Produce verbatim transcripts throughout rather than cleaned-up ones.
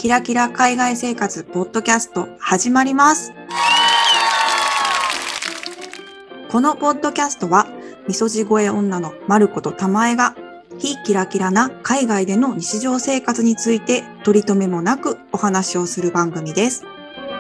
キラキラ海外生活ポッドキャスト始まります。このポッドキャストはみそじ声女のまることたまえが非キラキラな海外での日常生活について取り留めもなくお話をする番組です。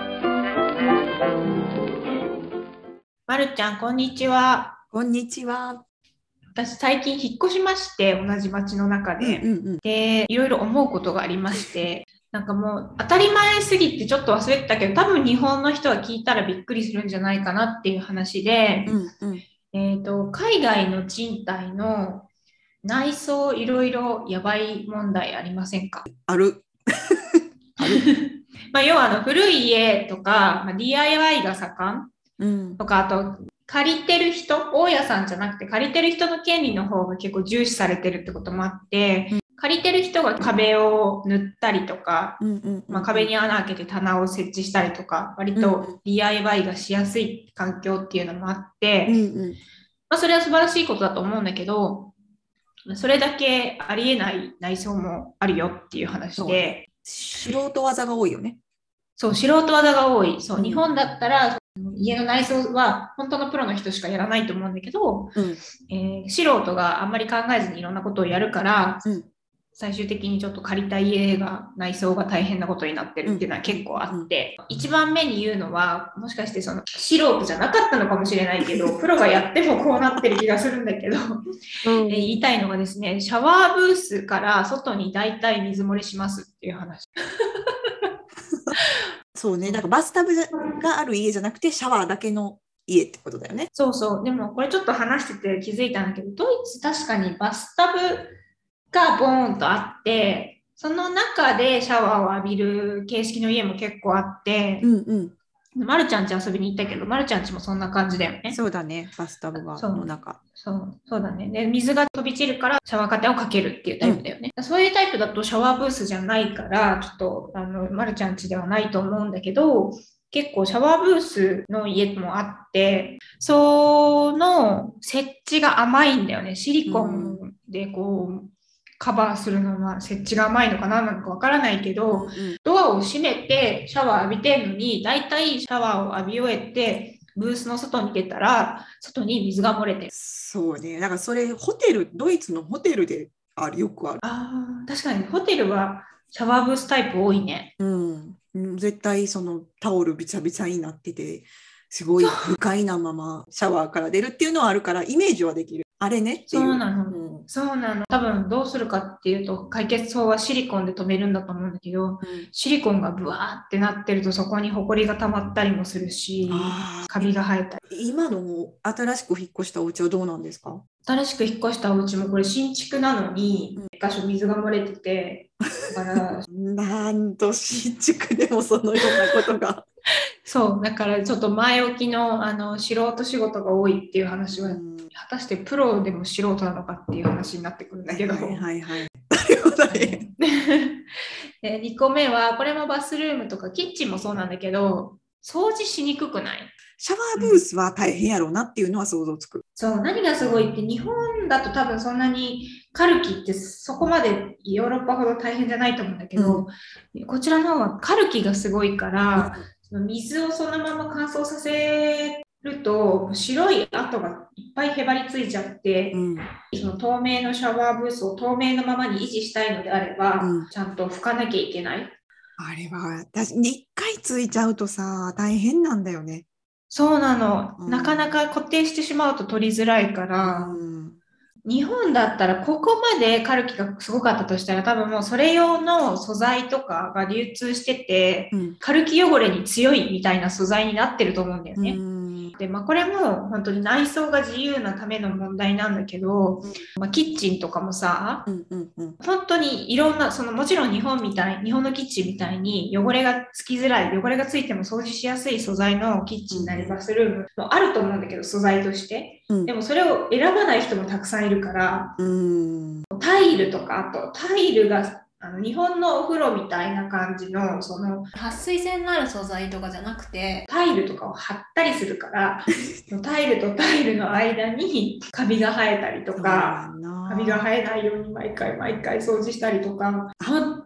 まるちゃん、こんにちは。 こんにちは。 私最近引っ越しまして、同じ町の中で、うんうんうん、でいろいろ思うことがありましてなんかもう当たり前すぎてちょっと忘れてたけど、多分日本の人は聞いたらびっくりするんじゃないかなっていう話で、うんうん、えーと、海外の賃貸の内装いろいろやばい問題ありませんか？ あるあるまあ要はあの古い家とか、まあ、ディーアイワイ が盛んとか、うん、あと借りてる人、大家さんじゃなくて借りてる人の権利の方が結構重視されてるってこともあって、うん、借りてる人が壁を塗ったりとか、うんうんうんうん、まあ、壁に穴開けて棚を設置したりとか、割と ディーアイワイ がしやすい環境っていうのもあって、うんうん、まあ、それは素晴らしいことだと思うんだけど、それだけありえない内装もあるよっていう話で、 素人技が多いよね。 そう、素人技が多い。そう、うん、日本だったら家の内装は本当のプロの人しかやらないと思うんだけど、うんえー、素人があんまり考えずにいろんなことをやるから、うん、最終的にちょっと借りた家が内装が大変なことになってるっていうのは結構あって、うんうん、一番目に言うのはもしかしてその素人じゃなかったのかもしれないけどプロがやってもこうなってる気がするんだけど、うんえー、言いたいのがですね、シャワーブースから外に大体水漏れしますっていう話。 そうね、だからバスタブがある家じゃなくてシャワーだけの家ってことだよね。 そうそう。でもこれちょっと話してて気づいたんだけど、ドイツ確かにバスタブがボーンとあって、その中でシャワーを浴びる形式の家も結構あって、うんうんまるちゃん家遊びに行ったけど、まるちゃん家もそんな感じだよね。 そうだね、バスタブがの中。 そう、そうだね。で、水が飛び散るからシャワーカーテンをかけるっていうタイプだよね。うん、そういうタイプだとシャワーブースじゃないから、ちょっと、あの、まるちゃん家ではないと思うんだけど、結構シャワーブースの家もあって、その設置が甘いんだよね。シリコンでこう、カバーするのは設置が甘いのかななのかわからないけど、うんうん、ドアを閉めてシャワー浴びてるのに、だいたいシャワーを浴び終えて、ブースの外に出たら、外に水が漏れてる。 そうね。だからそれ、ホテル、ドイツのホテルであるよくある。 ああ、確かにホテルはシャワーブースタイプ多いね。 うん。絶対そのタオルびちゃびちゃになってて、すごい不快なままシャワーから出るっていうのはあるから、イメージはできる。あれねっていう。 そうなの。うん、そうなの。多分どうするかっていうと、解決法はシリコンで止めるんだと思うんだけど、うん、シリコンがブワーってなってるとそこにホコリが溜まったりもするし、カビが生えたり。 今の新しく引っ越したお家はどうなんですか？ 新しく引っ越したお家もこれ新築なのに、うん、一箇所水が漏れてて、だからなんと新築でもそのようなことが。 そう、だからちょっと前置きの、あの素人仕事が多いっていう話は、うん、果たしてプロでも素人なのかっていう話になってくるんだけど。 はいはいはい。なるほどね。 でにこめは、これもバスルームとかキッチンもそうなんだけど、掃除しにくくない？ シャワーブースは大変やろうなっていうのは想像つく。うん、 そう、何がすごいって、日本だと多分そんなにカルキってそこまでヨーロッパほど大変じゃないと思うんだけど、うん、こちらの方はカルキがすごいから、うん、水をそのまま乾燥させると白い跡がいっぱいへばりついちゃって、うん、その透明のシャワーブースを透明のままに維持したいのであれば、うん、ちゃんと拭かなきゃいけない。 あれは私いっかいついちゃうとさ大変なんだよね。 そうなの、うん、なかなか固定してしまうと取りづらいから、うん、日本だったらここまでカルキがすごかったとしたら多分もうそれ用の素材とかが流通してて、うん、カルキ汚れに強いみたいな素材になってると思うんだよね。うん、で、まあこれも本当に内装が自由なための問題なんだけど、うんまあ、キッチンとかもさ、うんうんうん、本当にいろんなそのもちろん日本みたい日本のキッチンみたいに汚れがつきづらい汚れがついても掃除しやすい素材のキッチンなりバスルームもあると思うんだけど、素材として、うん、でもそれを選ばない人もたくさんいるから、うん、タイルとかあとタイルがあの日本のお風呂みたいな感じのその撥水性のある素材とかじゃなくてタイルとかを貼ったりするからタイルとタイルの間にカビが生えたりとか、カビが生えないように毎回毎回掃除したりとか、本当に掃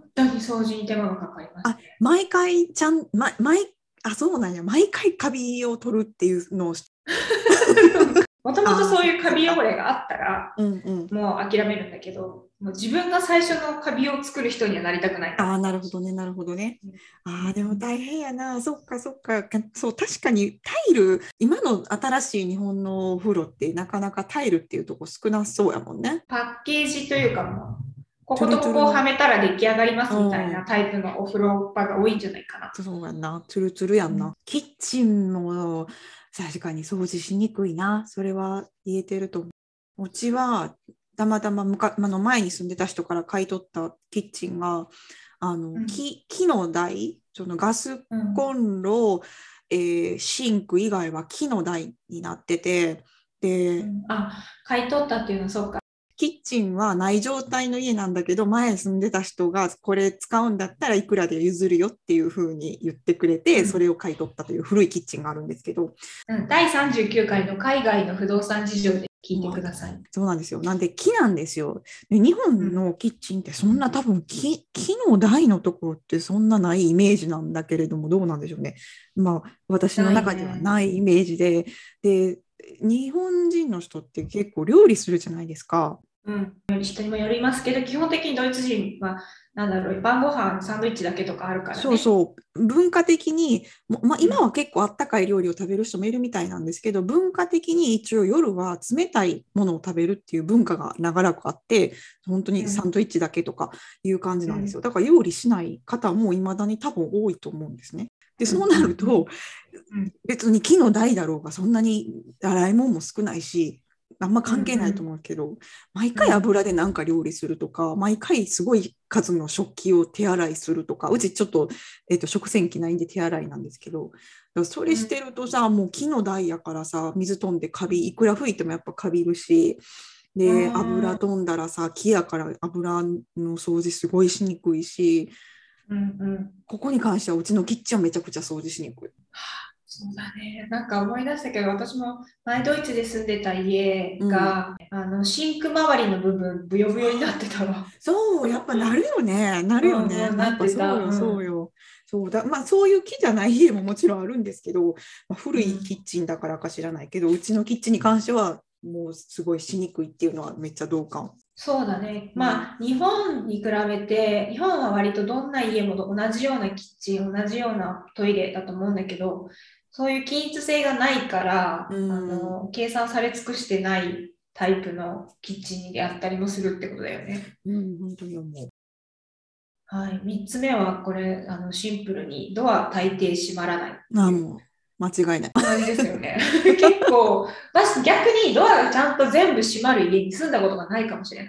掃除に手間がかかりますあ、 ね。 毎回ちゃん、ま、毎、あ、そうなんや。毎回カビを取るっていうのをしもともとあーそういうカビそっか汚れがあったら、 うんうん。 もう諦めるんだけど、もう自分が最初のカビを作る人にはなりたくないな。 ああ、なるほどね、なるほどね。ああ、でもうん大変やな。そっか、そっか。かそう、確かにタイル、今の新しい日本のお風呂ってなかなかタイルっていうとこ少なそうやもんね。 パッケージというかもう、こトゥことここをはルトゥルの。 めたら出来上がりまうすみたいなん。 タイプのお風呂場が多いんじゃないかな。 そうやんな。トゥルトゥルやんうんな。キッチンも確かに掃除しにくいな。それは言えてると思う。うちはたまたまむかあの前に住んでた人から買い取ったキッチンがあのうん木、木の台、そのガスうんコンロ、えーシンク以外は木の台になってて、で、 うんあ、買い取ったっていうのはそうか。 キッチンはない状態の家なんだけど、前住んでた人がこれ使うんだったらいくらで譲るよっていう風に言ってくれて、 うんそれを買い取ったという古いキッチンがあるんですけど、 うんだいさんじゅうきゅうかいの海外の不動産事情で聞いてください。 そうなんですよ。なんで木なんですよ。で日本のキッチンってそんな多分木、木の台のところってそんなないイメージなんだけれども、どうなんでしょうね。まあ私の中ではないイメージで、で、日本人の人って結構料理するじゃないですか。 うん、人にもよりますけど、基本的にドイツ人は、なんだろう、晩ご飯、サンドイッチだけとかあるからそうね。 そう、文化的に、もまあ、今はうん結構あったかい料理を食べる人もいるみたいなんですけど、文化的に一応夜は冷たいものを食べるっていう文化が長らくあって、本当にサンドイッチだけとかいう感じなんですよ。だから料理しない方もいまだに多分多いと思うんですね。で、そうなると、 うん別に木の台だろうが、そんなに洗い物も少ないし、あんま関係ないと思うけど、毎回油で何か料理するとか、毎回すごい数の食器を手洗いするとか、うちちょっと、えっと、食洗機ないんで手洗いなんですけど、だからそれしてるとさ、もう木の台やからさ、水飛んでカビ、いくら拭いてもやっぱカビるし、で、油飛んだらさ、木やから油の掃除すごいしにくいし、 うんうんここに関してはうちのキッチンはめちゃくちゃ掃除しにくい。 そうだね。なんか思い出したけど、私も前ドイツで住んでた家うん、 が、あのシンク周りの部分、ブヨブヨになってたわ。 そう、やっぱなるよね。なるうんよね。 うん、 やなってた。 っぱそうよ、 うん。 そうよ。そうだ、まあそういう木じゃない家ももちろんあるんですけど、まあ、古いキうんッチンだからか知らないけど、うちのキッチンに関してはもうすごいしにくいっていうのはめっちゃ同感。 そうだね。 うん、 まあ、日本に比べて、日本は割とどんな家も同じようなキッチン、同じようなトイレだと思うんだけど、そういう均一性がないかうら、あん、 の、計算され尽くしてないタイプのキッチンであったりもするってことだよね。 うん、本当に思う。 はい。みっつめは、これ、あの、シンプルにドア大抵閉まらないってあ、 いう。 もう間違いない。 同じですよね。結構、私逆にドアがちゃんと全部閉まる家に住んだことがないかもしれない。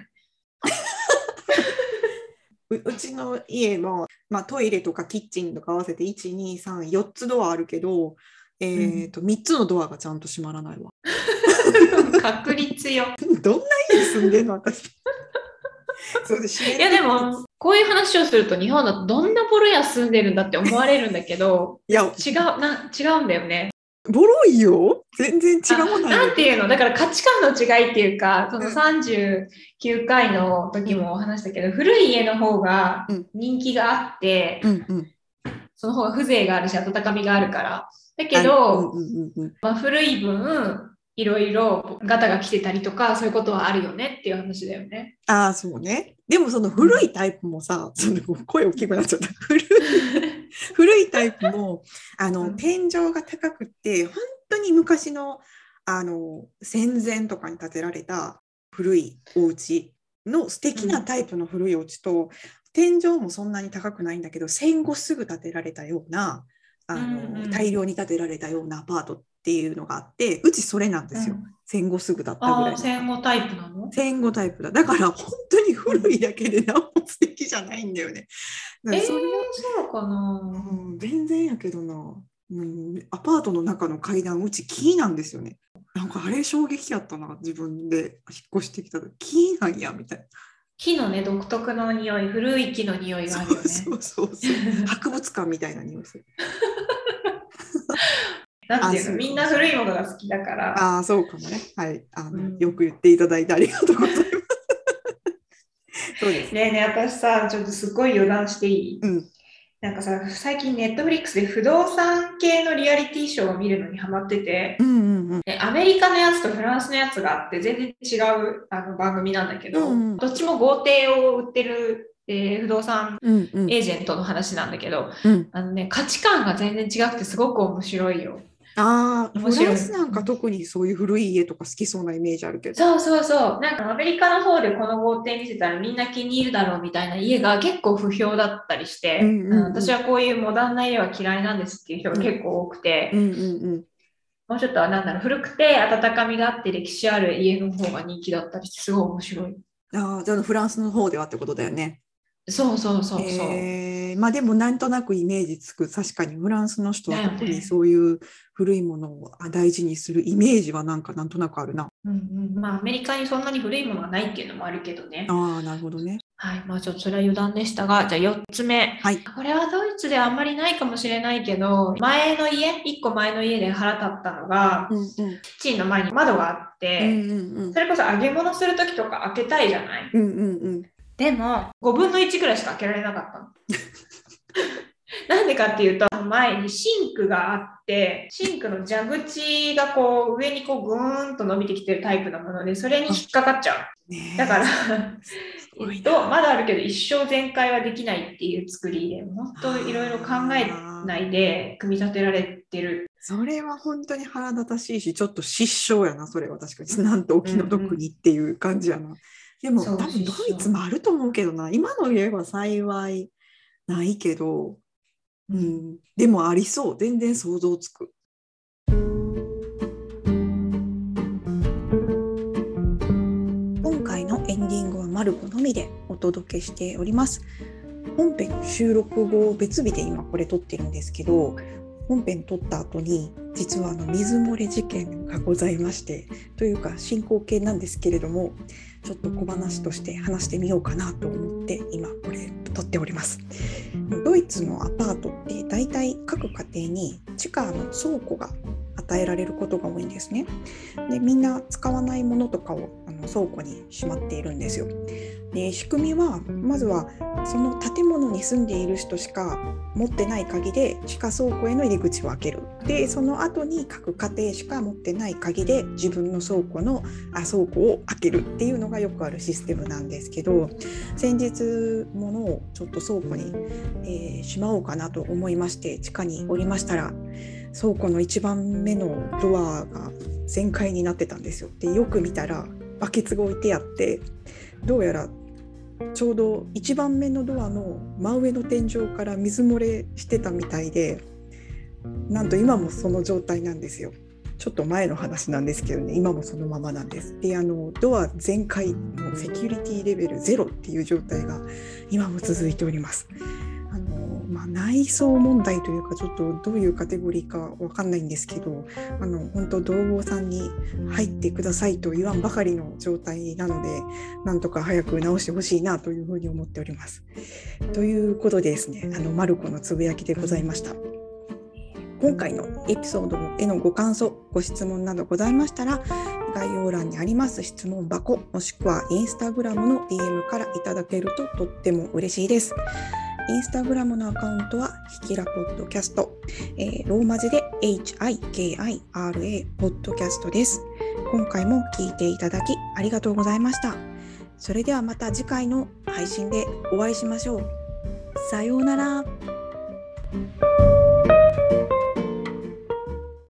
う、うちの家も、まあ、トイレとかキッチンとか合わせていち、に、さん、よっつドアあるけど、えーと、みっつのドアがちゃんと閉まらないわ。 確率よ。 どんな家に住んでんの私。そうで、 いやでも、こういう話をすると日本だとどんなボロ屋住んでるんだって思われるんだけど、 いや、 違う、な、違うんだよね。 ボロいよ。全然違あ、 わないなんていうの、だから価値観の違いっていうか、そのうんさんじゅうきゅうかいの時も話したけど、古い家の方がうん人気があって、 うんうんその方が風情があるし、温かみがあるから。だけあうんど、 うんうんうんまあ、古い分、いろいろガタが来てたりとか、そういうことはあるよねっていう話だよね。 ああ、そうね。でもその古いタイプもさ、その声大きくなっちゃった。古い、古いタイプも、あの、 うん天井が高くって、本当に昔の、あの、戦前とかに建てられた古いお家の素敵なタイプの古いお家と、天井もそんなに高くないんだけど、戦後すぐ建てられたような、あの、 うんうん大量に建てられたようなアパートっていうのがあって、うちそれなんですよ。 うん戦後すぐだったぐらああ、 いだった。 戦後タイプなの戦後タイプだ。だから本当に古いだけで何も素敵じゃないんだよね。だかえー、 らそれは、 そうかな。 うん、全然やけどな、うん、アパートの中の階段うち木なんですよね。なんかあれ衝撃やったな、自分で引っ越してきた時木なんやみたいな。 木のね、独特の匂い、古い木の匂いがあるよね。 そうそうそう博物館みたいな匂いする。 なんていうの、 あそうみんな古いものが好きだから。 ああ、そうかもね。はい。あの、 うんよく言っていただいてありがとうございます。 そうです。 ねえねえ、私さ、ちょっとすごい余談していい？ うん。 なんかさ、最近ネットフリックスで不動産系のリアリティショーを見るのにハマってて、 うんうんうん。 でアメリカのやつとフランスのやつがあって全然違うあの番組なんだけど、 うんうん、 どっちも豪邸を売ってる、えー不動産うんうんエージェントの話なんだけど、 うん。 あのね、価値観が全然違くてすごく面白いよ。 ああ、フラ面白い。 ンスなんか特にそういう古い家とか好きそうなイメージあるけど。 そうそうそう。なんかアメリカの方でこの豪邸見せたらみんな気に入るだろうみたいな家が結構不評だったりしうんて、うんうんうん。 私はこういうモダンな家は嫌いなんですっていう人がうん結構多くて、 うんうんうん。 もうちょっとなんだろう、古くて温かみがあって歴史ある家の方が人気だったりしてすごい面白い。 ああ、じゃあフランスの方ではってことだよね。 そうそうそうそえー、まあでもなんとなくイメージつく。確かにフランスの人う。だよは特にね。 そういう古いものを大事にするイメージはなんかなんとなくあるな。 うんうん。まあアメリカにそんなに古いものがないっていうのもあるけどね。 ああ、なるほどね。 はい。まあちょっとそれは余談でしたが、じゃあよっつめ。 はい。 これはドイツであんまりないかもしれないけど、前の家、いっこまえの家で腹立ったのが、 うんうん。 キッチンの前に窓があっうんて、 うんうん。 それこそ揚げ物するときとか開けたいじゃない？ うんうんうん。 でも、ごぶんのいちぐらいしか開けられなかったの。なんでかっていうと、前にシンクがあって、シンクの蛇口がこう上にこうぐーんと伸びてきてるタイプのもので、それに引っかかっちゃう。 ねえ、 だから、えっと、まだあるけど一生全開はできないっていう作りで、本当いろいろ考えないで組み立てられてる。 それは本当に腹立たしいし、ちょっと失笑やな、それは確かに。なんとお気の毒にっていう感じやな。うんうん、でも、多分ドイツもあると思うけどな、今の家は幸いないけど、うん、でもありそう。全然想像つく。今回のエンディングはマルコのみでお届けしております。本編収録後別日で今これ撮ってるんですけど、本編撮った後に実はあの水漏れ事件がございまして、というか進行形なんですけれども、ちょっと小話として話してみようかなと思って今これ撮っております。ドイツのアパートってだいたい各家庭に地下の倉庫が与えられることが多いんですね。で、みんな使わないものとかをあの倉庫にしまっているんですよ。で、仕組みはまずはその建物に住んでいる人しか持ってない鍵で地下倉庫への入り口を開ける。で、その後に各家庭しか持ってない鍵で自分の倉庫のあ倉庫を開けるっていうのがよくあるシステムなんですけど、先日物をちょっと倉庫に、えー、しまおうかなと思いまして地下に降りましたら、倉庫の一番目のドアが全開になってたんですよ。で、よく見たらバケツが置いてあって、どうやらちょうど一番目のドアの真上の天井から水漏れしてたみたいで、なんと今もその状態なんですよ。ちょっと前の話なんですけどね、今もそのままなんです。で、あのドア全開、もうセキュリティレベルゼロっていう状態が今も続いております。あの、まあ、内装問題というか、ちょっとどういうカテゴリーかわかんないんですけど、あの本当同房さんに入ってくださいと言わんばかりの状態なので、なんとか早く直してほしいなというふうに思っております。ということでですね、あのマルコのつぶやきでございました。今回のエピソードへのご感想、ご質問などございましたら、概要欄にあります質問箱、もしくはインスタグラムの ディーエム からいただけるととっても嬉しいです。インスタグラムのアカウントはひきらポッドキャスト、えー、ローマ字で エイチアイケーアイアールエー ポッドキャストです。今回も聞いていただきありがとうございました。それではまた次回の配信でお会いしましょう。さようなら。